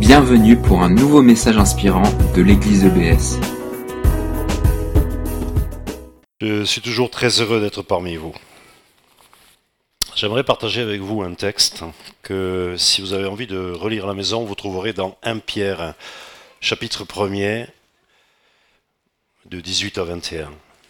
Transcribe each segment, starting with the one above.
Bienvenue pour un nouveau message inspirant de l'Église EBS. Je suis toujours très heureux d'être parmi vous. J'aimerais partager avec vous un texte que, si vous avez envie de relire à la maison, vous trouverez dans 1 Pierre, chapitre 1er, de 18 à 21.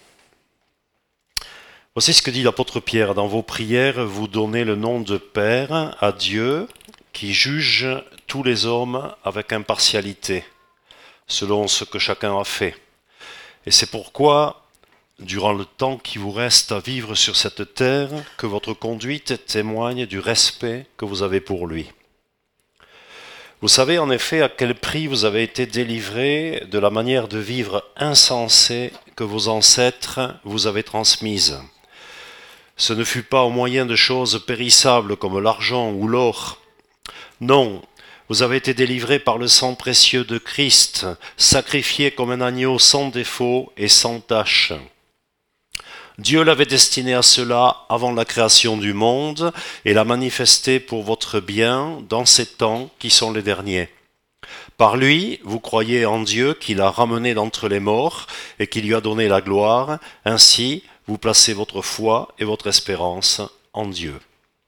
Voici ce que dit l'apôtre Pierre. Dans vos prières, vous donnez le nom de Père à Dieu, qui juge tous les hommes avec impartialité, selon ce que chacun a fait. Et c'est pourquoi, durant le temps qui vous reste à vivre sur cette terre, que votre conduite témoigne du respect que vous avez pour lui. Vous savez en effet à quel prix vous avez été délivrés de la manière de vivre insensée que vos ancêtres vous avaient transmise. Ce ne fut pas au moyen de choses périssables comme l'argent ou l'or. Non, vous avez été délivrés par le sang précieux de Christ, sacrifié comme un agneau sans défaut et sans tache. Dieu l'avait destiné à cela avant la création du monde et l'a manifesté pour votre bien dans ces temps qui sont les derniers. Par lui, vous croyez en Dieu qui l'a ramené d'entre les morts et qui lui a donné la gloire. Ainsi, vous placez votre foi et votre espérance en Dieu.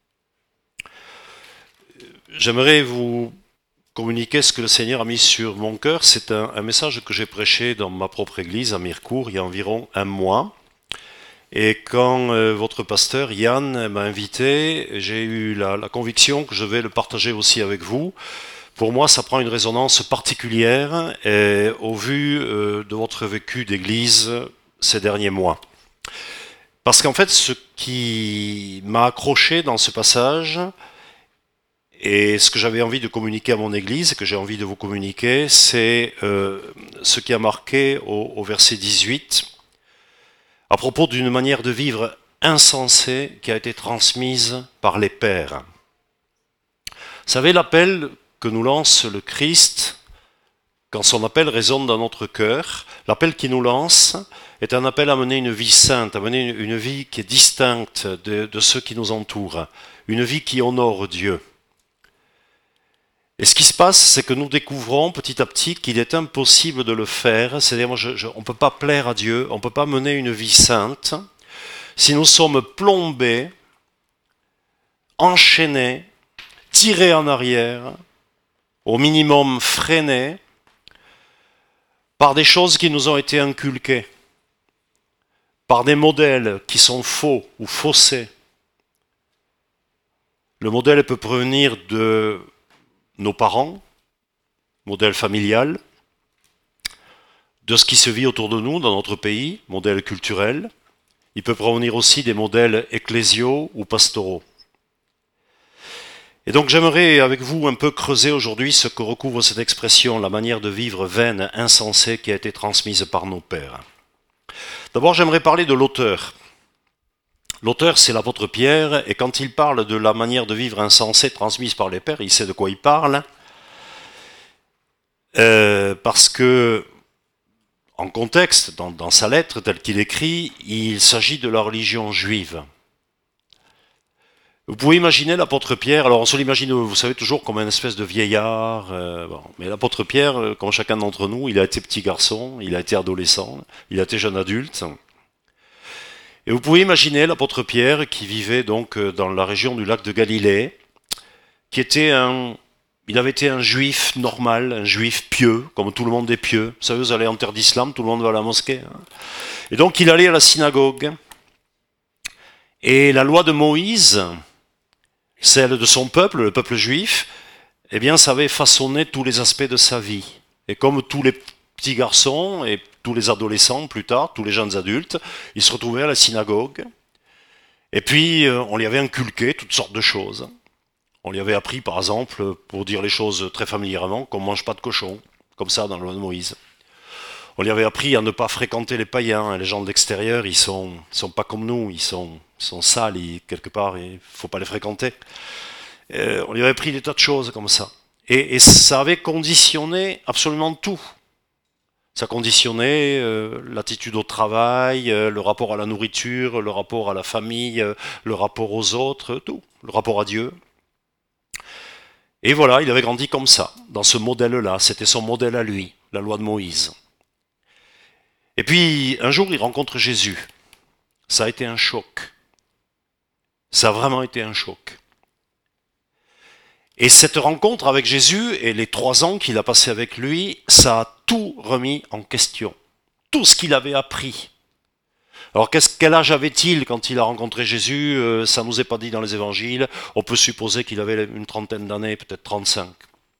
J'aimerais vous communiquer ce que le Seigneur a mis sur mon cœur. C'est un message que j'ai prêché dans ma propre église à Mirecourt il y a environ 1 mois. Et quand votre pasteur Yann m'a invité, j'ai eu la conviction que je vais le partager aussi avec vous. Pour moi, ça prend une résonance particulière au vu de votre vécu d'église ces derniers mois. Parce qu'en fait, ce qui m'a accroché dans ce passage, et ce que j'avais envie de communiquer à mon église, et que j'ai envie de vous communiquer, c'est ce qui a marqué au verset 18, à propos d'une manière de vivre insensée qui a été transmise par les pères. Vous savez, l'appel que nous lance le Christ, quand son appel résonne dans notre cœur, l'appel qu'il nous lance est un appel à mener une vie sainte, à mener une vie qui est distincte de ceux qui nous entourent, une vie qui honore Dieu. Et ce qui se passe, c'est que nous découvrons petit à petit qu'il est impossible de le faire. C'est-à-dire, on ne peut pas plaire à Dieu, on ne peut pas mener une vie sainte si nous sommes plombés, enchaînés, tirés en arrière, au minimum freinés, par des choses qui nous ont été inculquées, par des modèles qui sont faux ou faussés. Le modèle peut provenir de nos parents, modèle familial, de ce qui se vit autour de nous dans notre pays, modèle culturel. Il peut provenir aussi des modèles ecclésiaux ou pastoraux. Et donc j'aimerais avec vous un peu creuser aujourd'hui ce que recouvre cette expression, la manière de vivre vaine, insensée qui a été transmise par nos pères. D'abord j'aimerais parler de l'auteur. L'auteur, c'est l'apôtre Pierre, et quand il parle de la manière de vivre insensée transmise par les pères, il sait de quoi il parle, parce que, en contexte, dans sa lettre telle qu'il écrit, il s'agit de la religion juive. Vous pouvez imaginer l'apôtre Pierre, alors on se l'imagine, vous savez, toujours comme une espèce de vieillard, mais l'apôtre Pierre, comme chacun d'entre nous, il a été petit garçon, il a été adolescent, il a été jeune adulte. Et vous pouvez imaginer l'apôtre Pierre qui vivait donc dans la région du lac de Galilée, qui était il avait été un juif normal, un juif pieux, comme tout le monde est pieux. Vous savez, vous allez en terre d'islam, tout le monde va à la mosquée. Et donc il allait à la synagogue. Et la loi de Moïse, celle de son peuple, le peuple juif, eh bien ça avait façonné tous les aspects de sa vie. Et comme tous les petits garçons et tous les adolescents plus tard, tous les jeunes adultes, ils se retrouvaient à la synagogue. Et puis, on lui avait inculqué toutes sortes de choses. On lui avait appris, par exemple, pour dire les choses très familièrement, qu'on ne mange pas de cochon, comme ça dans la loi de Moïse. On lui avait appris à ne pas fréquenter les païens. Les gens de l'extérieur, ils sont pas comme nous, ils sont sales, quelque part, il ne faut pas les fréquenter. On lui avait appris des tas de choses comme ça. Et ça avait conditionné absolument tout. Ça conditionnait l'attitude au travail, le rapport à la nourriture, le rapport à la famille, le rapport aux autres, tout, le rapport à Dieu. Et voilà, il avait grandi comme ça, dans ce modèle-là. C'était son modèle à lui, la loi de Moïse. Et puis, un jour, il rencontre Jésus. Ça a été un choc. Ça a vraiment été un choc. Et cette rencontre avec Jésus et les 3 ans qu'il a passé avec lui, ça a tout remis en question. Tout ce qu'il avait appris. Alors quel âge avait-il quand il a rencontré Jésus? Ça ne nous est pas dit dans les évangiles. On peut supposer qu'il avait une trentaine d'années, peut-être 35.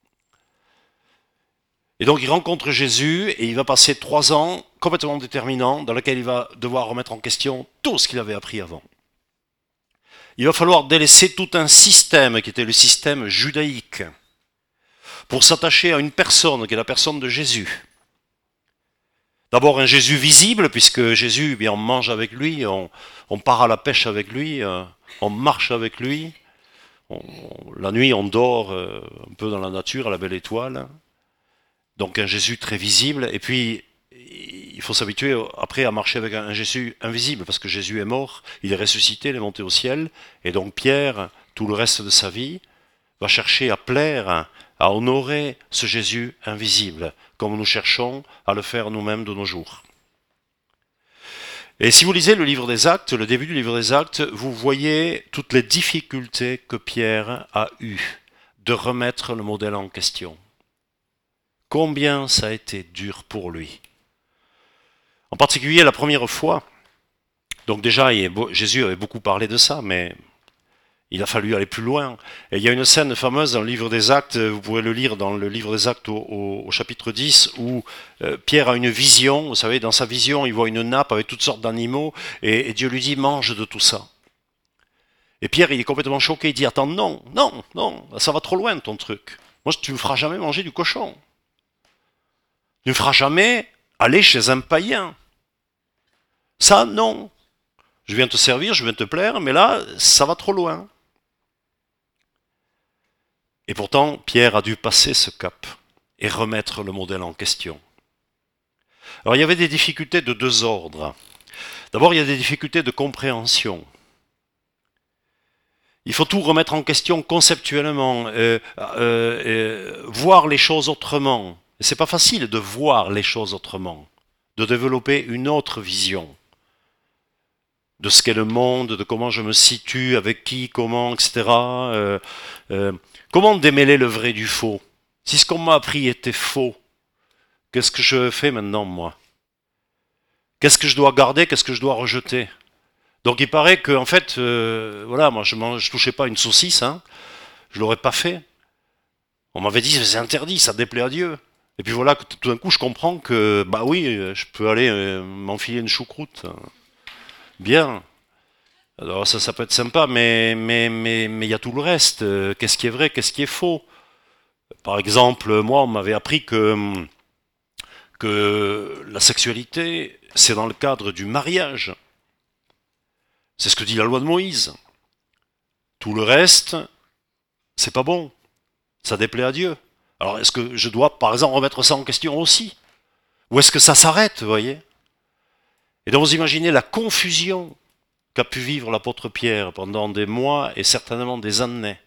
Et donc il rencontre Jésus et il va passer 3 ans complètement déterminants dans lesquels il va devoir remettre en question tout ce qu'il avait appris avant. Il va falloir délaisser tout un système qui était le système judaïque pour s'attacher à une personne qui est la personne de Jésus. D'abord un Jésus visible, puisque Jésus, bien, on mange avec lui, on part à la pêche avec lui, on marche avec lui, la nuit on dort un peu dans la nature, à la belle étoile. Donc un Jésus très visible, et puis il faut s'habituer après à marcher avec un Jésus invisible, parce que Jésus est mort, il est ressuscité, il est monté au ciel, et donc Pierre, tout le reste de sa vie, va chercher à plaire, à honorer ce Jésus invisible, comme nous cherchons à le faire nous-mêmes de nos jours. Et si vous lisez le livre des Actes, le début du livre des Actes, vous voyez toutes les difficultés que Pierre a eues de remettre le modèle en question. Combien ça a été dur pour lui. En particulier la première fois, donc déjà Jésus avait beaucoup parlé de ça, mais il a fallu aller plus loin. Et il y a une scène fameuse dans le livre des Actes, vous pouvez le lire dans le livre des Actes au chapitre 10, où Pierre a une vision, vous savez, dans sa vision, il voit une nappe avec toutes sortes d'animaux, et Dieu lui dit, mange de tout ça. Et Pierre, il est complètement choqué, il dit, attends, non, ça va trop loin ton truc. Moi, tu me feras jamais manger du cochon. Tu ne me feras jamais aller chez un païen. Ça, non. Je viens te servir, je viens te plaire, mais là, ça va trop loin. Et pourtant, Pierre a dû passer ce cap et remettre le modèle en question. Alors, il y avait des difficultés de 2 ordres. D'abord, il y a des difficultés de compréhension. Il faut tout remettre en question conceptuellement, voir les choses autrement. C'est pas facile de voir les choses autrement, de développer une autre vision de ce qu'est le monde, de comment je me situe, avec qui, comment, etc. Comment démêler le vrai du faux? Si ce qu'on m'a appris était faux, qu'est-ce que je fais maintenant, moi? Qu'est-ce que je dois garder, qu'est-ce que je dois rejeter? Donc il paraît que, en fait, voilà, moi je touchais pas une saucisse, hein, je l'aurais pas fait. On m'avait dit c'est interdit, ça déplaît à Dieu. Et puis voilà, tout d'un coup je comprends que, bah oui, je peux aller m'enfiler une choucroute. Bien. Alors ça peut être sympa, mais il y a tout le reste. Qu'est-ce qui est vrai, qu'est-ce qui est faux? Par exemple, moi, on m'avait appris que la sexualité, c'est dans le cadre du mariage. C'est ce que dit la loi de Moïse. Tout le reste, c'est pas bon. Ça déplaît à Dieu. Alors est-ce que je dois, par exemple, remettre ça en question aussi? Ou est-ce que ça s'arrête, vous voyez? Et donc vous imaginez la confusion qu'a pu vivre l'apôtre Pierre pendant des mois et certainement des années.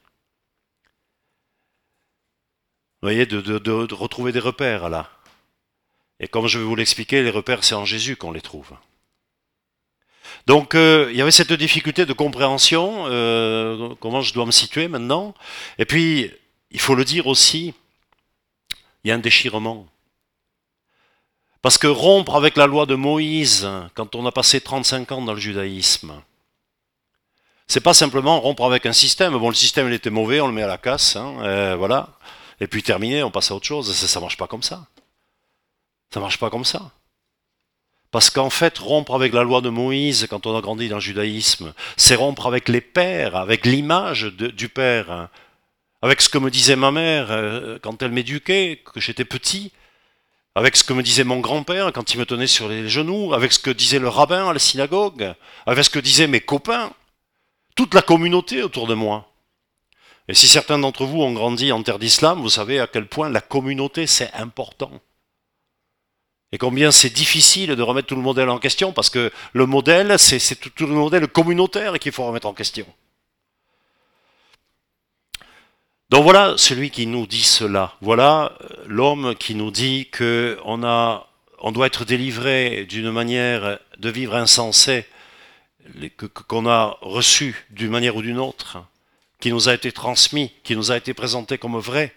Vous voyez, de retrouver des repères là. Et comme je vais vous l'expliquer, les repères, c'est en Jésus qu'on les trouve. Donc il y avait cette difficulté de compréhension, comment je dois me situer maintenant. Et puis, il faut le dire aussi, il y a un déchirement. Parce que rompre avec la loi de Moïse, quand on a passé 35 ans dans le judaïsme, c'est pas simplement rompre avec un système. Bon, le système il était mauvais, on le met à la casse, hein, voilà. Et puis terminé, on passe à autre chose. Ça marche pas comme ça. Ça marche pas comme ça. Parce qu'en fait, rompre avec la loi de Moïse, quand on a grandi dans le judaïsme, c'est rompre avec les pères, avec l'image du père, hein, avec ce que me disait ma mère quand elle m'éduquait, que j'étais petit, avec ce que me disait mon grand-père quand il me tenait sur les genoux, avec ce que disait le rabbin à la synagogue, avec ce que disaient mes copains, toute la communauté autour de moi. Et si certains d'entre vous ont grandi en terre d'islam, vous savez à quel point la communauté c'est important. Et combien c'est difficile de remettre tout le modèle en question, parce que le modèle, c'est tout le modèle communautaire qu'il faut remettre en question. Donc voilà celui qui nous dit cela. Voilà l'homme qui nous dit que on doit être délivré d'une manière de vivre insensée qu'on a reçu d'une manière ou d'une autre, qui nous a été transmis, qui nous a été présenté comme vrai.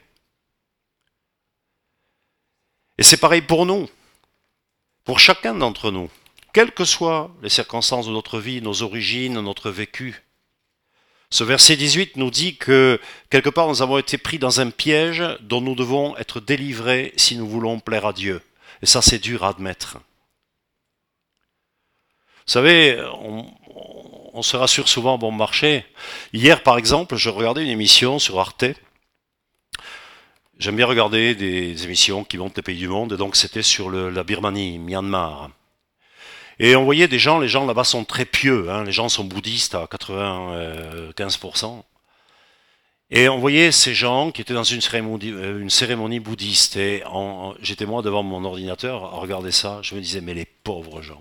Et c'est pareil pour nous, pour chacun d'entre nous, quelles que soient les circonstances de notre vie, nos origines, notre vécu. Ce verset 18 nous dit que quelque part nous avons été pris dans un piège dont nous devons être délivrés si nous voulons plaire à Dieu. Et ça, c'est dur à admettre. Vous savez, on se rassure souvent bon marché. Hier, par exemple, je regardais une émission sur Arte. J'aime bien regarder des émissions qui montrent les pays du monde, et donc c'était sur la Birmanie, Myanmar. Et on voyait les gens là-bas sont très pieux, hein, les gens sont bouddhistes à 95%. Et on voyait ces gens qui étaient dans une cérémonie bouddhiste, et j'étais moi devant mon ordinateur à regarder ça, je me disais, mais les pauvres gens,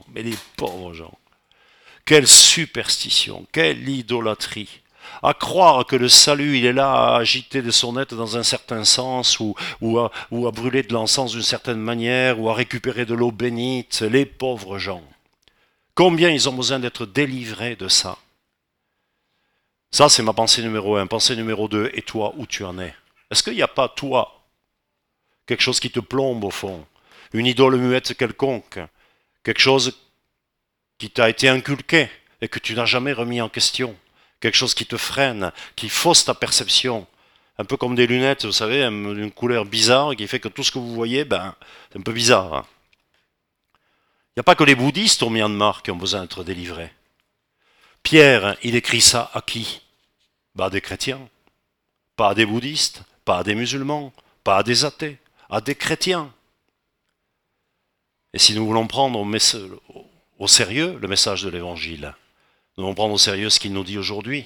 quelle superstition, quelle idolâtrie. À croire que le salut, il est là à agiter des sonnettes dans un certain sens, ou à brûler de l'encens d'une certaine manière, ou à récupérer de l'eau bénite, les pauvres gens. Combien ils ont besoin d'être délivrés de ça? Ça, c'est ma pensée numéro 1. Pensée numéro 2, et toi, où tu en es? Est-ce qu'il n'y a pas, toi, quelque chose qui te plombe au fond? Une idole muette quelconque? Quelque chose qui t'a été inculqué et que tu n'as jamais remis en question? Quelque chose qui te freine, qui fausse ta perception? Un peu comme des lunettes, vous savez, d'une couleur bizarre qui fait que tout ce que vous voyez, c'est un peu bizarre. Hein. Il n'y a pas que les bouddhistes au Myanmar qui ont besoin d'être délivrés. Pierre, il écrit ça à qui? À des chrétiens. Pas à des bouddhistes, pas à des musulmans, pas à des athées, à des chrétiens. Et si nous voulons prendre au sérieux le message de l'Évangile, nous devons prendre au sérieux ce qu'il nous dit aujourd'hui.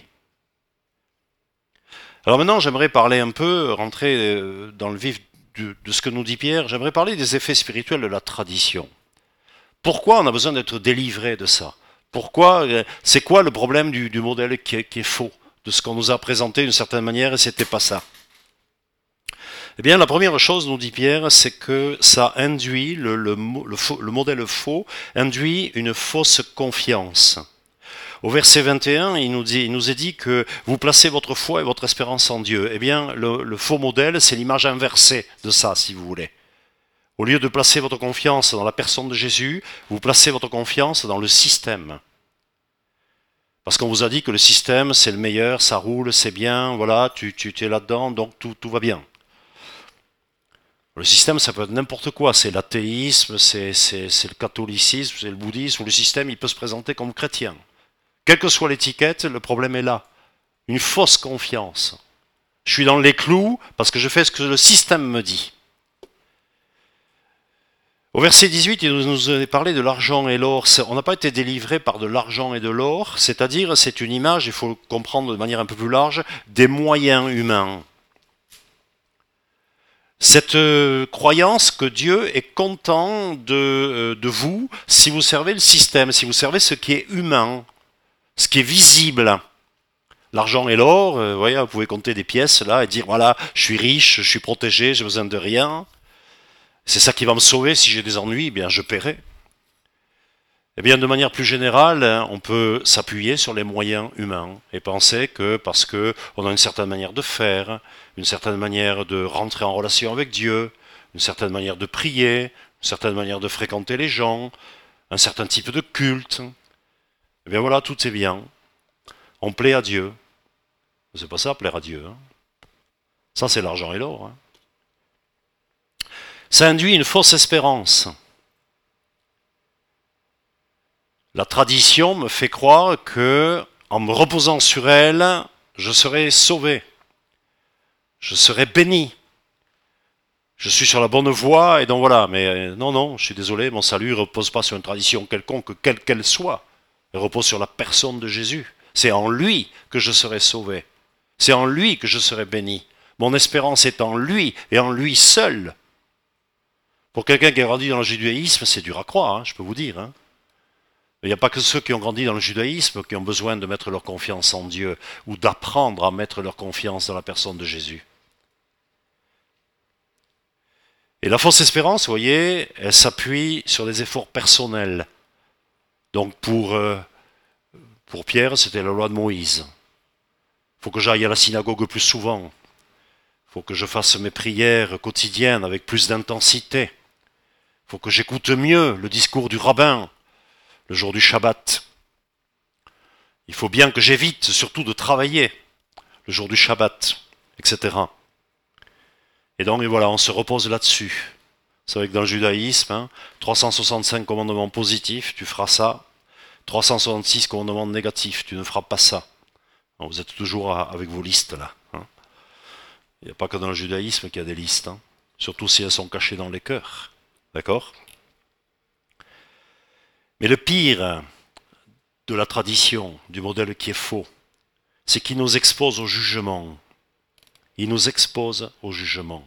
Alors maintenant, j'aimerais parler un peu, rentrer dans le vif de ce que nous dit Pierre, j'aimerais parler des effets spirituels de la tradition. Pourquoi on a besoin d'être délivré de ça? Pourquoi? C'est quoi le problème du modèle qui est faux? De ce qu'on nous a présenté d'une certaine manière et c'était pas ça. Eh bien, la première chose, nous dit Pierre, c'est que ça induit, le modèle faux, induit une fausse confiance. Au verset 21, il nous est dit que vous placez votre foi et votre espérance en Dieu. Eh bien, le faux modèle, c'est l'image inversée de ça, si vous voulez. Au lieu de placer votre confiance dans la personne de Jésus, vous placez votre confiance dans le système. Parce qu'on vous a dit que le système, c'est le meilleur, ça roule, c'est bien, voilà, tu es là-dedans, donc tout va bien. Le système, ça peut être n'importe quoi, c'est l'athéisme, c'est le catholicisme, c'est le bouddhisme, ou le système, il peut se présenter comme chrétien. Quelle que soit l'étiquette, le problème est là. Une fausse confiance. Je suis dans les clous parce que je fais ce que le système me dit. Au verset 18, il nous a parlé de l'argent et l'or. On n'a pas été délivré par de l'argent et de l'or, c'est-à-dire c'est une image, il faut le comprendre de manière un peu plus large, des moyens humains. Cette croyance que Dieu est content de vous si vous servez le système, si vous servez ce qui est humain, ce qui est visible. L'argent et l'or, voyez, vous pouvez compter des pièces là et dire voilà, je suis riche, je suis protégé, j'ai besoin de rien. C'est ça qui va me sauver si j'ai des ennuis, eh bien je paierai. Eh bien de manière plus générale, on peut s'appuyer sur les moyens humains et penser que parce qu'on a une certaine manière de faire, une certaine manière de rentrer en relation avec Dieu, une certaine manière de prier, une certaine manière de fréquenter les gens, un certain type de culte, eh bien voilà, tout est bien. On plaît à Dieu. C'est pas ça, plaire à Dieu. Hein. Ça, c'est l'argent et l'or. Hein. Ça induit une fausse espérance. La tradition me fait croire que, en me reposant sur elle, je serai sauvé. Je serai béni. Je suis sur la bonne voie et donc voilà. Mais non, je suis désolé, mon salut ne repose pas sur une tradition quelconque, quelle qu'elle soit. Il repose sur la personne de Jésus. C'est en lui que je serai sauvé. C'est en lui que je serai béni. Mon espérance est en lui et en lui seul. Pour quelqu'un qui a grandi dans le judaïsme, c'est dur à croire, hein, je peux vous dire. Hein. Il n'y a pas que ceux qui ont grandi dans le judaïsme qui ont besoin de mettre leur confiance en Dieu ou d'apprendre à mettre leur confiance dans la personne de Jésus. Et la fausse espérance, vous voyez, elle s'appuie sur des efforts personnels. Donc pour Pierre, c'était la loi de Moïse. Il faut que j'aille à la synagogue plus souvent. Il faut que je fasse mes prières quotidiennes avec plus d'intensité. Il faut que j'écoute mieux le discours du rabbin le jour du Shabbat. Il faut bien que j'évite surtout de travailler le jour du Shabbat, etc. Et donc et voilà, on se repose là-dessus. Vous savez que dans le judaïsme, 365 commandements positifs, tu feras ça. 366 commandements négatifs, tu ne feras pas ça. Donc vous êtes toujours avec vos listes là. Il n'y a pas que dans le judaïsme qu'il y a des listes, surtout si elles sont cachées dans les cœurs. D'accord ? Mais le pire de la tradition, du modèle qui est faux, c'est qu'il nous expose au jugement. Il nous expose au jugement.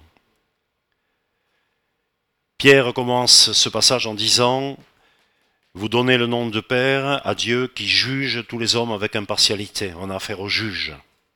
Pierre commence ce passage en disant « Vous donnez le nom de Père à Dieu qui juge tous les hommes avec impartialité. » On a affaire au juge.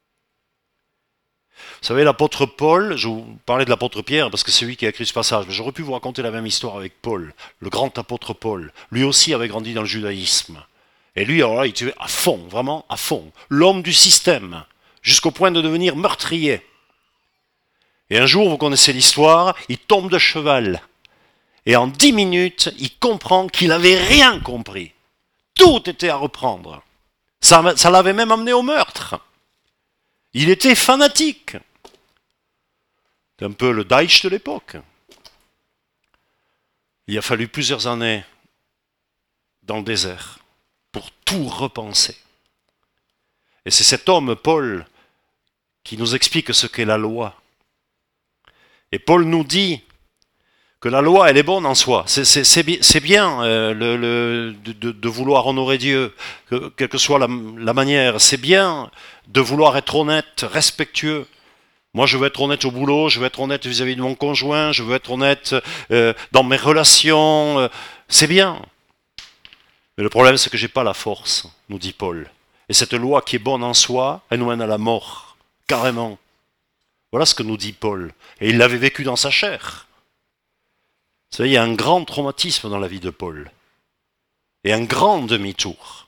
Vous savez, l'apôtre Paul, je vous parlais de l'apôtre Pierre parce que c'est lui qui a écrit ce passage, mais j'aurais pu vous raconter la même histoire avec Paul, le grand apôtre Paul. Lui aussi avait grandi dans le judaïsme. Et lui, alors là, il était à fond, vraiment à fond. L'homme du système, jusqu'au point de devenir meurtrier. Et un jour, vous connaissez l'histoire, il tombe de cheval. Et en 10 minutes, il comprend qu'il n'avait rien compris. Tout était à reprendre. Ça l'avait même amené au meurtre. Il était fanatique. C'est un peu le Daesh de l'époque. Il a fallu plusieurs années dans le désert pour tout repenser. Et c'est cet homme, Paul, qui nous explique ce qu'est la loi. Et Paul nous dit que la loi, elle est bonne en soi. C'est bien de vouloir honorer Dieu, quelle que soit la manière. C'est bien de vouloir être honnête, respectueux. Moi, je veux être honnête au boulot, je veux être honnête vis-à-vis de mon conjoint, je veux être honnête dans mes relations. C'est bien. Mais le problème, c'est que j'ai pas la force, nous dit Paul. Et cette loi qui est bonne en soi, elle nous mène à la mort, carrément. Voilà ce que nous dit Paul. Et il l'avait vécu dans sa chair. Vous savez, il y a un grand traumatisme dans la vie de Paul. Et un grand demi-tour.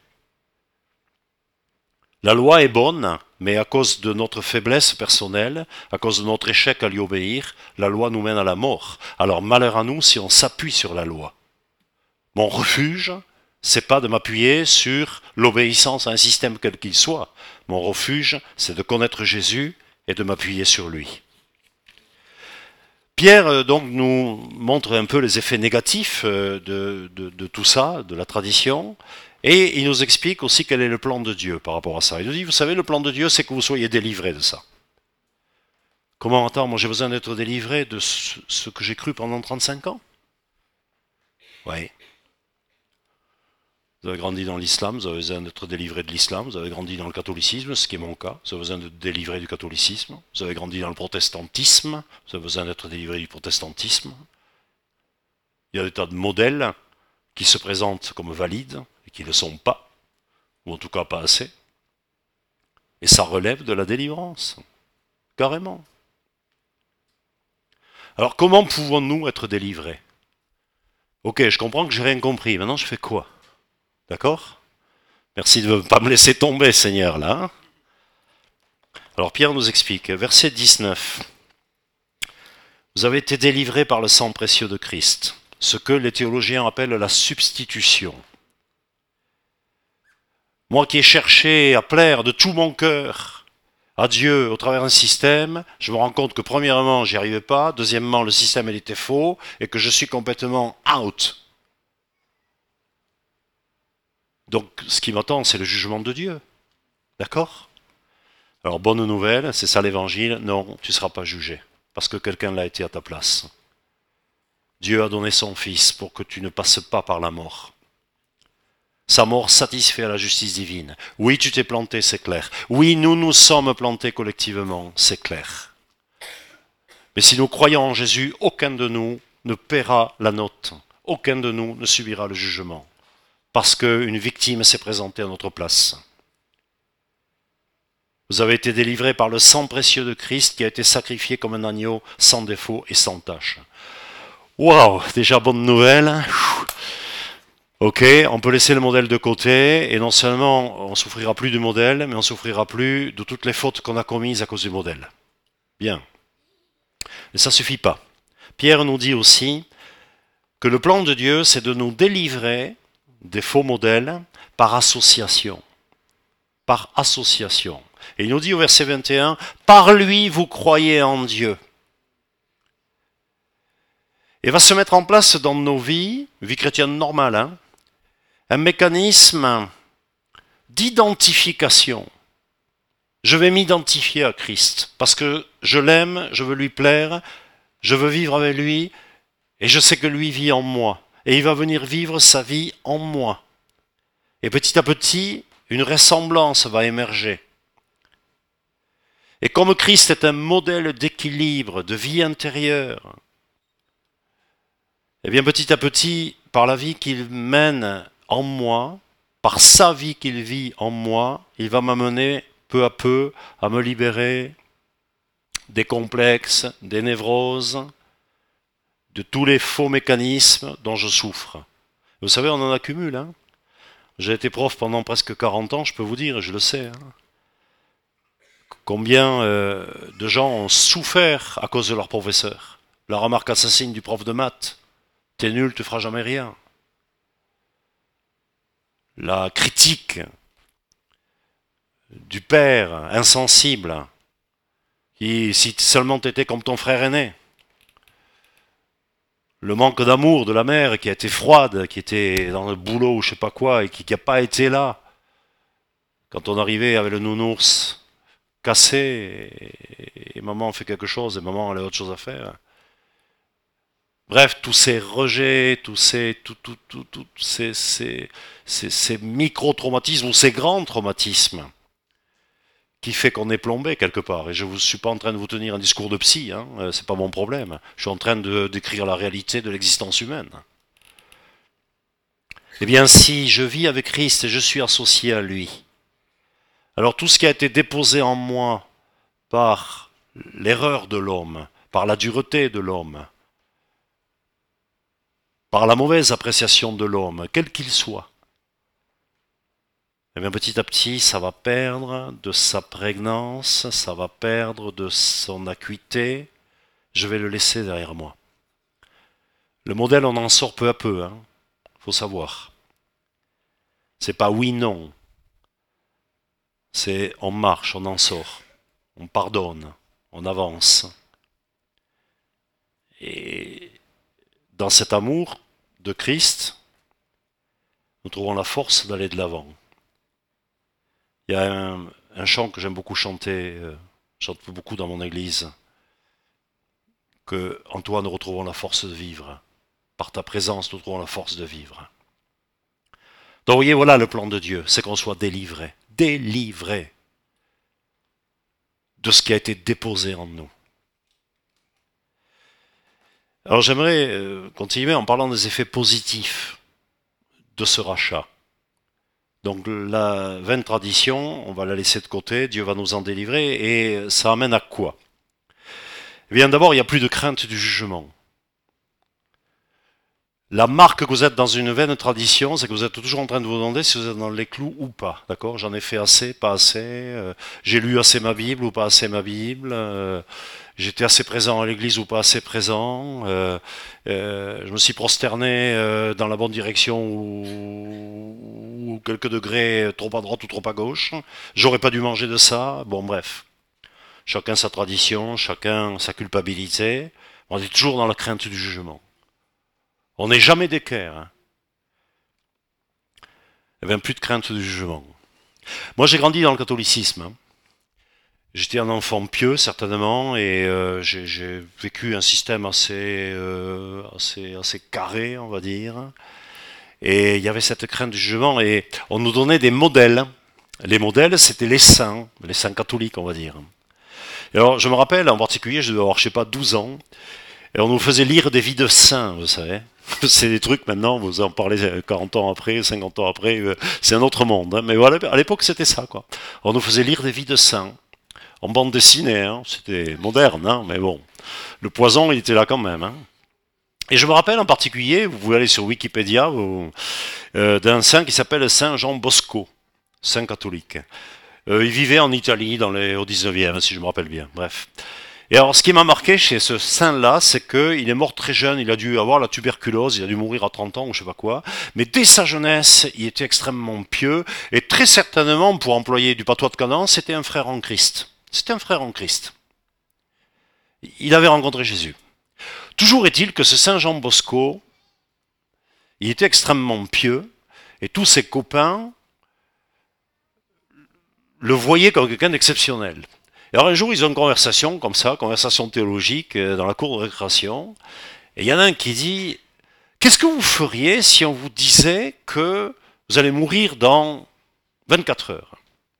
La loi est bonne, mais à cause de notre faiblesse personnelle, à cause de notre échec à lui obéir, la loi nous mène à la mort. Alors malheur à nous si on s'appuie sur la loi. Mon refuge, c'est pas de m'appuyer sur l'obéissance à un système quel qu'il soit. Mon refuge, c'est de connaître Jésus et de m'appuyer sur lui. Pierre donc nous montre un peu les effets négatifs de tout ça, de la tradition, et il nous explique aussi quel est le plan de Dieu par rapport à ça. Il nous dit, vous savez, le plan de Dieu, c'est que vous soyez délivrés de ça. Comment, attends, moi j'ai besoin d'être délivré de ce que j'ai cru pendant 35 ans ? Oui. Vous avez grandi dans l'islam, vous avez besoin d'être délivré de l'islam, vous avez grandi dans le catholicisme, ce qui est mon cas, vous avez besoin d'être délivré du catholicisme, vous avez grandi dans le protestantisme, vous avez besoin d'être délivré du protestantisme. Il y a des tas de modèles qui se présentent comme valides et qui ne le sont pas, ou en tout cas pas assez. Et ça relève de la délivrance, carrément. Alors comment pouvons-nous être délivrés ? Ok, je comprends que j'ai rien compris, maintenant je fais quoi ? D'accord ? Merci de ne pas me laisser tomber, Seigneur, là. Alors Pierre nous explique, verset 19. Vous avez été délivrés par le sang précieux de Christ, ce que les théologiens appellent la substitution. Moi qui ai cherché à plaire de tout mon cœur à Dieu au travers d'un système, je me rends compte que premièrement, j'y arrivais pas, deuxièmement, le système il était faux, et que je suis complètement out. Donc, ce qui m'attend, c'est le jugement de Dieu. D'accord ? Alors, bonne nouvelle, c'est ça l'évangile. Non, tu ne seras pas jugé, parce que quelqu'un l'a été à ta place. Dieu a donné son Fils pour que tu ne passes pas par la mort. Sa mort satisfait à la justice divine. Oui, tu t'es planté, c'est clair. Oui, nous nous sommes plantés collectivement, c'est clair. Mais si nous croyons en Jésus, aucun de nous ne paiera la note. Aucun de nous ne subira le jugement. Parce qu'une victime s'est présentée à notre place. Vous avez été délivrés par le sang précieux de Christ qui a été sacrifié comme un agneau sans défaut et sans tache. Waouh, déjà bonne nouvelle. Ok, on peut laisser le modèle de côté, et non seulement on souffrira plus du modèle, mais on souffrira plus de toutes les fautes qu'on a commises à cause du modèle. Bien. Mais ça suffit pas. Pierre nous dit aussi que le plan de Dieu, c'est de nous délivrer des faux modèles par association. Par association. Et il nous dit au verset 21, par lui vous croyez en Dieu. Et va se mettre en place dans nos vies, vie chrétienne normale, un mécanisme d'identification. Je vais m'identifier à Christ parce que je l'aime, je veux lui plaire, je veux vivre avec lui et je sais que lui vit en moi. Et il va venir vivre sa vie en moi. Et petit à petit, une ressemblance va émerger. Et comme Christ est un modèle d'équilibre, de vie intérieure, et bien petit à petit, par la vie qu'il mène en moi, par sa vie qu'il vit en moi, il va m'amener peu à peu à me libérer des complexes, des névroses, de tous les faux mécanismes dont je souffre. Vous savez, on en accumule. J'ai été prof pendant presque 40 ans, je peux vous dire, je le sais. Combien de gens ont souffert à cause de leur professeur. La remarque assassine du prof de maths. T'es nul, tu feras jamais rien. La critique du père insensible qui, si seulement t'étais comme ton frère aîné. Le manque d'amour de la mère qui a été froide, qui était dans le boulot ou je sais pas quoi et qui n'a pas été là. Quand on arrivait avec le nounours cassé et maman fait quelque chose et maman elle a autre chose à faire. Bref, tous ces rejets, tous ces micro-traumatismes ou ces grands traumatismes qui fait qu'on est plombé quelque part. Et je ne suis pas en train de vous tenir un discours de psy, c'est pas mon problème. Je suis en train de décrire la réalité de l'existence humaine. Eh bien, si je vis avec Christ et je suis associé à lui, alors tout ce qui a été déposé en moi par l'erreur de l'homme, par la dureté de l'homme, par la mauvaise appréciation de l'homme, quel qu'il soit, et bien petit à petit, ça va perdre de sa prégnance, ça va perdre de son acuité, je vais le laisser derrière moi. Le modèle, on en sort peu à peu, faut savoir. C'est pas oui, non. C'est on marche, on en sort, on pardonne, on avance. Et dans cet amour de Christ, nous trouvons la force d'aller de l'avant. Il y a un chant que j'aime beaucoup chanter, je chante beaucoup dans mon église, que en toi nous retrouvons la force de vivre. Par ta présence, nous trouvons la force de vivre. Donc vous voyez, voilà le plan de Dieu, c'est qu'on soit délivré de ce qui a été déposé en nous. Alors j'aimerais continuer en parlant des effets positifs de ce rachat. Donc la vaine tradition, on va la laisser de côté, Dieu va nous en délivrer, et ça amène à quoi? Eh bien d'abord, il n'y a plus de crainte du jugement. La marque que vous êtes dans une vaine tradition, c'est que vous êtes toujours en train de vous demander si vous êtes dans les clous ou pas. D'accord? J'en ai fait assez, pas assez, j'ai lu assez ma Bible ou pas assez ma Bible, j'étais assez présent à l'église ou pas assez présent, je me suis prosterné dans la bonne direction ou quelques degrés trop à droite ou trop à gauche, j'aurais pas dû manger de ça, bon bref. Chacun sa tradition, chacun sa culpabilité, on est toujours dans la crainte du jugement. On n'est jamais d'équerre. Il n'y a plus de crainte du jugement. Moi j'ai grandi dans le catholicisme. J'étais un enfant pieux certainement et j'ai vécu un système assez carré, on va dire. Et il y avait cette crainte du jugement et on nous donnait des modèles. Les modèles, c'était les saints catholiques, on va dire. Et alors je me rappelle en particulier, je devais avoir, je sais pas, 12 ans, et on nous faisait lire des vies de saints, vous savez. C'est des trucs maintenant, vous en parlez 40 ans après, 50 ans après, c'est un autre monde. Mais voilà, à l'époque c'était ça, quoi. On nous faisait lire des vies de saints. En bande dessinée, c'était moderne, mais bon. Le poison, il était là quand même. Et je me rappelle en particulier, vous pouvez aller sur Wikipédia, d'un saint qui s'appelle Saint Jean Bosco, saint catholique. Il vivait en Italie au 19e, si je me rappelle bien. Bref. Et alors, ce qui m'a marqué chez ce saint-là, c'est qu'il est mort très jeune, il a dû avoir la tuberculose, il a dû mourir à 30 ans ou je sais pas quoi. Mais dès sa jeunesse, il était extrêmement pieux, et très certainement, pour employer du patois de Canaan, c'était un frère en Christ. C'était un frère en Christ. Il avait rencontré Jésus. Toujours est-il que ce Saint Jean Bosco, il était extrêmement pieux, et tous ses copains le voyaient comme quelqu'un d'exceptionnel. Et alors un jour, ils ont une conversation comme ça, conversation théologique, dans la cour de récréation, et il y en a un qui dit, qu'est-ce que vous feriez si on vous disait que vous allez mourir dans 24 heures?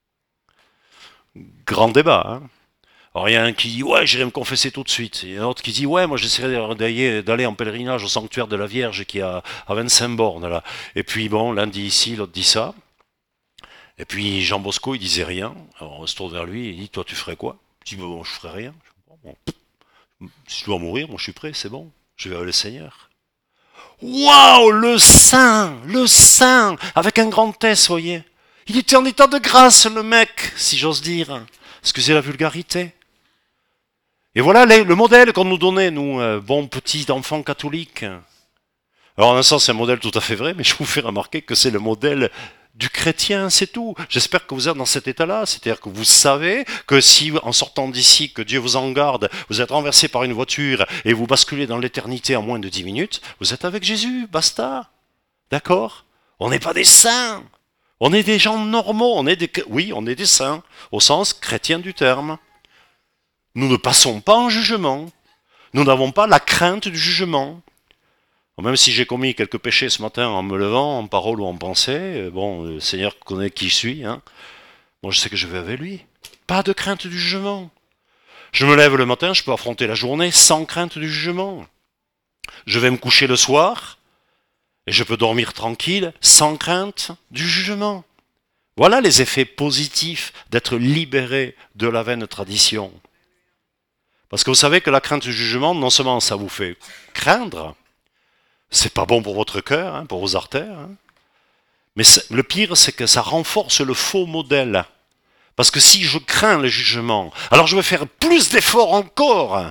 Grand débat, hein. Alors il y a un qui dit ouais, j'irai me confesser tout de suite. Il y a un autre qui dit ouais, moi j'essaierai d'aller en pèlerinage au sanctuaire de la Vierge qui est à 25 bornes là. Et puis bon, l'un dit ici, l'autre dit ça. Et puis Jean Bosco il disait rien. Alors on se tourne vers lui, il dit toi tu ferais quoi? Je dis bon, je ferais rien. Bon, si je dois mourir, moi je suis prêt, c'est bon. Je vais avec le Seigneur. Waouh, le saint, avec un grand S, voyez. Il était en état de grâce, le mec, si j'ose dire. Excusez la vulgarité. Et voilà le modèle qu'on nous donnait, nous, bons petits enfants catholiques. Alors, en un sens, c'est un modèle tout à fait vrai, mais je vous fais remarquer que c'est le modèle du chrétien, c'est tout. J'espère que vous êtes dans cet état-là, c'est-à-dire que vous savez que si, en sortant d'ici, que Dieu vous en garde, vous êtes renversé par une voiture et vous basculez dans l'éternité en moins de 10 minutes, vous êtes avec Jésus, basta. D'accord? On n'est pas des saints. On est des gens normaux, oui, on est des saints, au sens chrétien du terme. Nous ne passons pas en jugement. Nous n'avons pas la crainte du jugement. Même si j'ai commis quelques péchés ce matin en me levant, en parole ou en pensée, bon, le Seigneur connaît qui je suis, hein. Bon, je sais que je vais avec lui. Pas de crainte du jugement. Je me lève le matin, je peux affronter la journée sans crainte du jugement. Je vais me coucher le soir, et je peux dormir tranquille, sans crainte du jugement. Voilà les effets positifs d'être libéré de la vaine tradition. Parce que vous savez que la crainte du jugement, non seulement ça vous fait craindre, c'est pas bon pour votre cœur, hein, pour vos artères, hein, mais le pire, c'est que ça renforce le faux modèle. Parce que si je crains le jugement, alors je vais faire plus d'efforts encore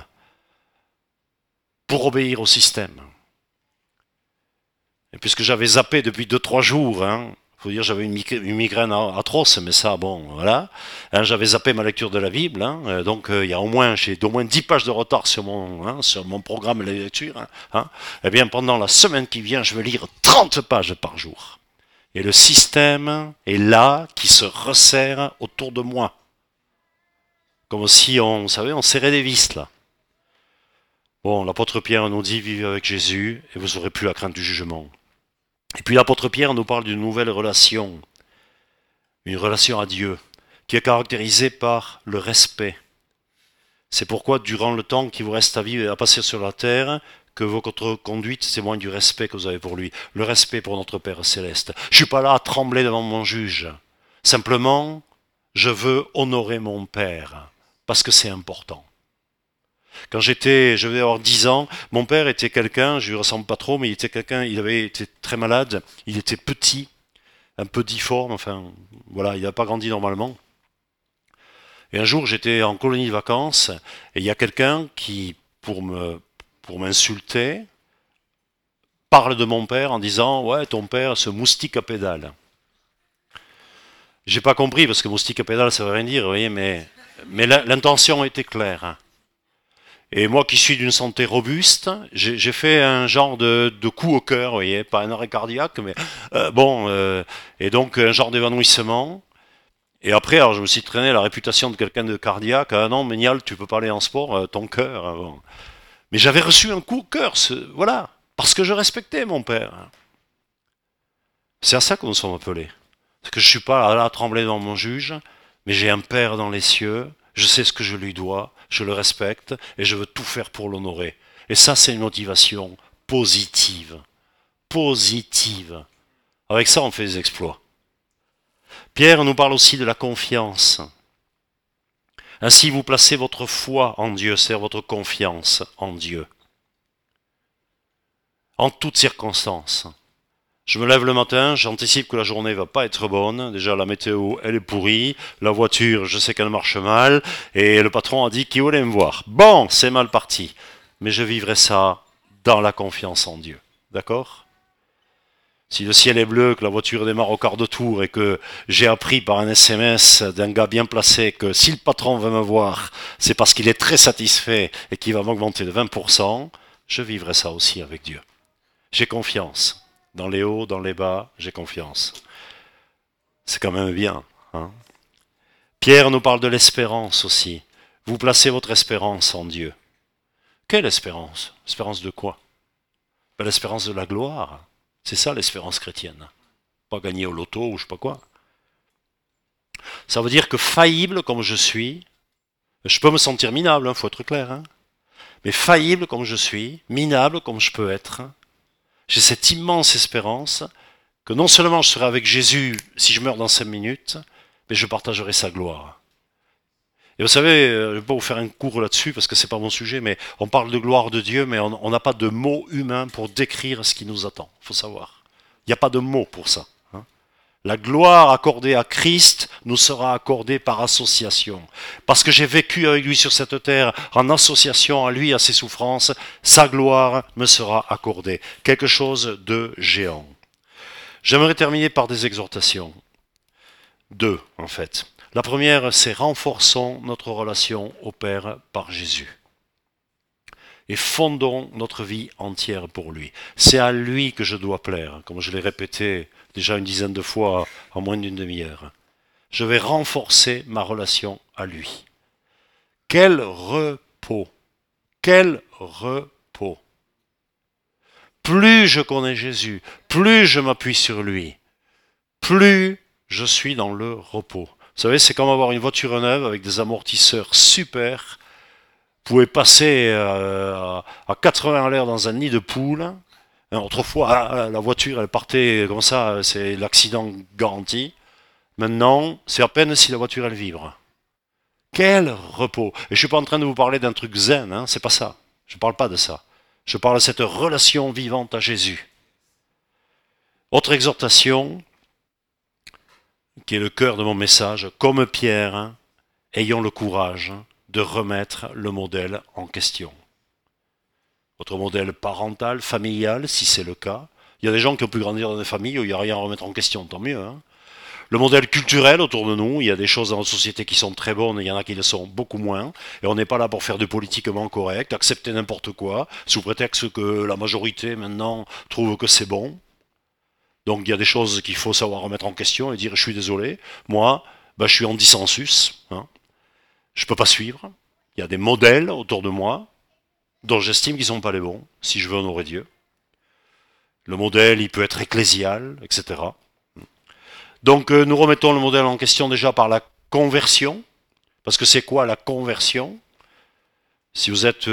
pour obéir au système. Et puisque j'avais zappé depuis 2-3 jours, hein, faut dire j'avais une migraine atroce, mais ça, bon, voilà. Hein, j'avais zappé ma lecture de la Bible, hein, donc il y a j'ai au moins 10 pages de retard sur mon programme de lecture. Hein. Eh bien, pendant la semaine qui vient, je vais lire 30 pages par jour. Et le système est là, qui se resserre autour de moi. Comme si vous savez, on serrait des vis, là. Bon, l'apôtre Pierre nous dit, vivez avec Jésus, et vous n'aurez plus la crainte du jugement. Et puis l'apôtre Pierre nous parle d'une nouvelle relation, une relation à Dieu, qui est caractérisée par le respect. C'est pourquoi, durant le temps qui vous reste à vivre et à passer sur la terre, que votre conduite témoigne du respect que vous avez pour lui, le respect pour notre Père céleste. Je ne suis pas là à trembler devant mon juge. Simplement, je veux honorer mon Père, parce que c'est important. Quand je devais avoir 10 ans, mon père était quelqu'un, je lui ressemble pas trop, mais il était quelqu'un, il avait été très malade, il était petit, un peu difforme, enfin, voilà, il n'a pas grandi normalement. Et un jour, j'étais en colonie de vacances, et il y a quelqu'un qui, pour m'insulter, parle de mon père en disant, ouais, ton père, ce moustique à pédales. J'ai pas compris, parce que moustique à pédales, ça veut rien dire, vous voyez, mais l'intention était claire. Et moi qui suis d'une santé robuste, j'ai fait un genre de coup au cœur, vous voyez, pas un arrêt cardiaque, mais et donc un genre d'évanouissement. Et après, alors je me suis traîné la réputation de quelqu'un de cardiaque. Ah non, Ménial, tu peux pas aller en sport, ton cœur. Bon. Mais j'avais reçu un coup au cœur, voilà, parce que je respectais mon père. C'est à ça que nous sommes appelés. Parce que je suis pas là à trembler devant mon juge, mais j'ai un père dans les cieux. Je sais ce que je lui dois, je le respecte et je veux tout faire pour l'honorer. Et ça, c'est une motivation positive. Positive. Avec ça, on fait des exploits. Pierre nous parle aussi de la confiance. Ainsi, vous placez votre foi en Dieu, c'est votre confiance en Dieu. en toutes circonstances. Je me lève le matin, j'anticipe que la journée va pas être bonne. Déjà, la météo, elle est pourrie. La voiture, je sais qu'elle marche mal. Et le patron a dit qu'il voulait me voir. Bon, c'est mal parti. Mais je vivrai ça dans la confiance en Dieu. D'accord ? Si le ciel est bleu, que la voiture démarre au quart de tour et que j'ai appris par un SMS d'un gars bien placé que si le patron veut me voir, c'est parce qu'il est très satisfait et qu'il va m'augmenter de 20%, je vivrai ça aussi avec Dieu. J'ai confiance. Dans les hauts, dans les bas, j'ai confiance. C'est quand même bien. Hein ? Pierre nous parle de l'espérance aussi. Vous placez votre espérance en Dieu. Quelle espérance ? Espérance de quoi ? L'espérance de la gloire. C'est ça l'espérance chrétienne. Pas gagner au loto ou je sais pas quoi. Ça veut dire que faillible comme je suis, je peux me sentir minable, faut être clair, hein, mais faillible comme je suis, minable comme je peux être, j'ai cette immense espérance que non seulement je serai avec Jésus si je meurs dans 5 minutes, mais je partagerai sa gloire. Et vous savez, je ne vais pas vous faire un cours là-dessus parce que c'est pas mon sujet, mais on parle de gloire de Dieu, mais on n'a pas de mots humains pour décrire ce qui nous attend. Il faut savoir. Il n'y a pas de mots pour ça. Hein. La gloire accordée à Christ nous sera accordée par association. Parce que j'ai vécu avec lui sur cette terre en association à lui, à ses souffrances, sa gloire me sera accordée. Quelque chose de géant. J'aimerais terminer par des exhortations. Deux, en fait. La première, c'est renforçons notre relation au Père par Jésus. Et fondons notre vie entière pour lui. C'est à lui que je dois plaire, comme je l'ai répété déjà une dizaine de fois en moins d'une demi-heure. Je vais renforcer ma relation à lui. Quel repos! Quel repos! Plus je connais Jésus, plus je m'appuie sur lui, plus je suis dans le repos. Vous savez, c'est comme avoir une voiture neuve avec des amortisseurs super. Vous pouvez passer à 80 à l'heure dans un nid de poule. Autrefois, la voiture, elle partait comme ça, c'est l'accident garanti. Maintenant, c'est à peine si la voiture, elle vibre. Quel repos! Et je ne suis pas en train de vous parler d'un truc zen, hein, c'est pas ça. Je ne parle pas de ça. Je parle de cette relation vivante à Jésus. Autre exhortation, qui est le cœur de mon message, comme Pierre, hein, ayons le courage de remettre le modèle en question. Votre modèle parental, familial, si c'est le cas. Il y a des gens qui ont pu grandir dans des familles où il n'y a rien à remettre en question, tant mieux. Hein. Le modèle culturel autour de nous, il y a des choses dans notre société qui sont très bonnes, et il y en a qui le sont beaucoup moins. Et on n'est pas là pour faire du politiquement correct, accepter n'importe quoi, sous prétexte que la majorité maintenant trouve que c'est bon. Donc il y a des choses qu'il faut savoir remettre en question et dire je suis désolé, moi je suis en dissensus, hein. Je ne peux pas suivre. Il y a des modèles autour de moi dont j'estime qu'ils ne sont pas les bons, si je veux honorer Dieu. Le modèle, il peut être ecclésial, etc. Donc nous remettons le modèle en question déjà par la conversion, parce que c'est quoi la conversion? Si vous êtes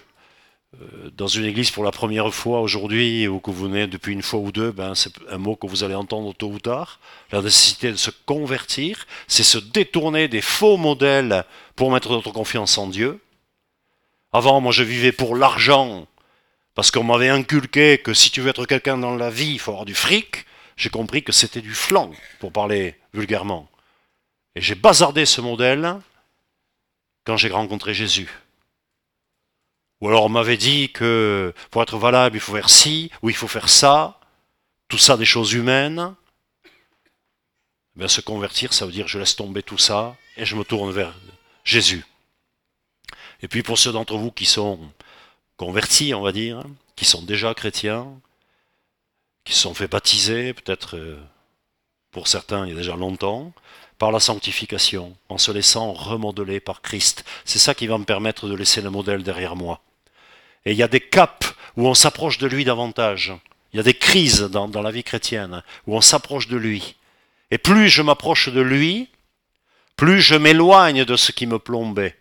dans une église pour la première fois aujourd'hui, ou que vous venez depuis une fois ou deux, c'est un mot que vous allez entendre tôt ou tard. La nécessité de se convertir, c'est se détourner des faux modèles pour mettre notre confiance en Dieu. Avant, moi je vivais pour l'argent, parce qu'on m'avait inculqué que si tu veux être quelqu'un dans la vie, il faut avoir du fric. J'ai compris que c'était du flan, pour parler vulgairement. Et j'ai bazardé ce modèle quand j'ai rencontré Jésus. Ou alors on m'avait dit que pour être valable, il faut faire ci, ou il faut faire ça, tout ça des choses humaines. Bien, se convertir, ça veut dire que je laisse tomber tout ça et je me tourne vers Jésus. Et puis pour ceux d'entre vous qui sont convertis, on va dire, qui sont déjà chrétiens, qui se sont fait baptiser, peut-être pour certains il y a déjà longtemps, par la sanctification, en se laissant remodeler par Christ. C'est ça qui va me permettre de laisser le modèle derrière moi. Et il y a des caps où on s'approche de lui davantage. Il y a des crises dans la vie chrétienne où on s'approche de lui. Et plus je m'approche de lui, plus je m'éloigne de ce qui me plombait.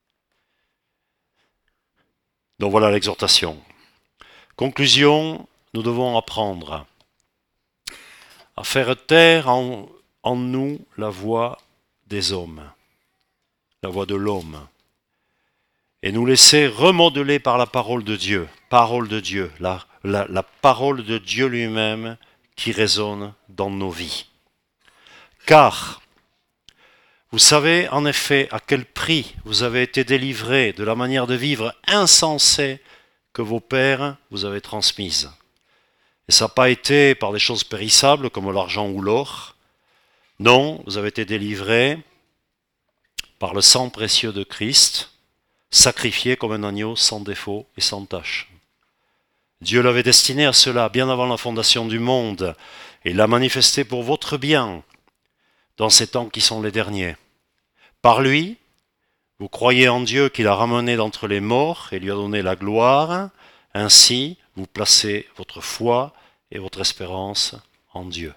Donc voilà l'exhortation. Conclusion, nous devons apprendre à faire taire en nous la voix des hommes, la voix de l'homme, et nous laisser remodeler par la parole de Dieu, la parole de Dieu lui-même qui résonne dans nos vies. Car vous savez en effet à quel prix vous avez été délivrés de la manière de vivre insensée que vos pères vous avaient transmise. Et ça n'a pas été par des choses périssables comme l'argent ou l'or. Non, vous avez été délivrés par le sang précieux de Christ, sacrifié comme un agneau sans défaut et sans tache. Dieu l'avait destiné à cela bien avant la fondation du monde et l'a manifesté pour votre bien dans ces temps qui sont les derniers. Par lui, vous croyez en Dieu qui l'a ramené d'entre les morts et lui a donné la gloire. Ainsi, vous placez votre foi et votre espérance en Dieu.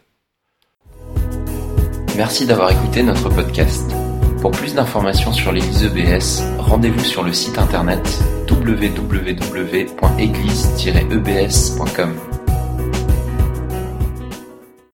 Merci d'avoir écouté notre podcast. Pour plus d'informations sur l'Église EBS, rendez-vous sur le site internet www.église-ebs.com.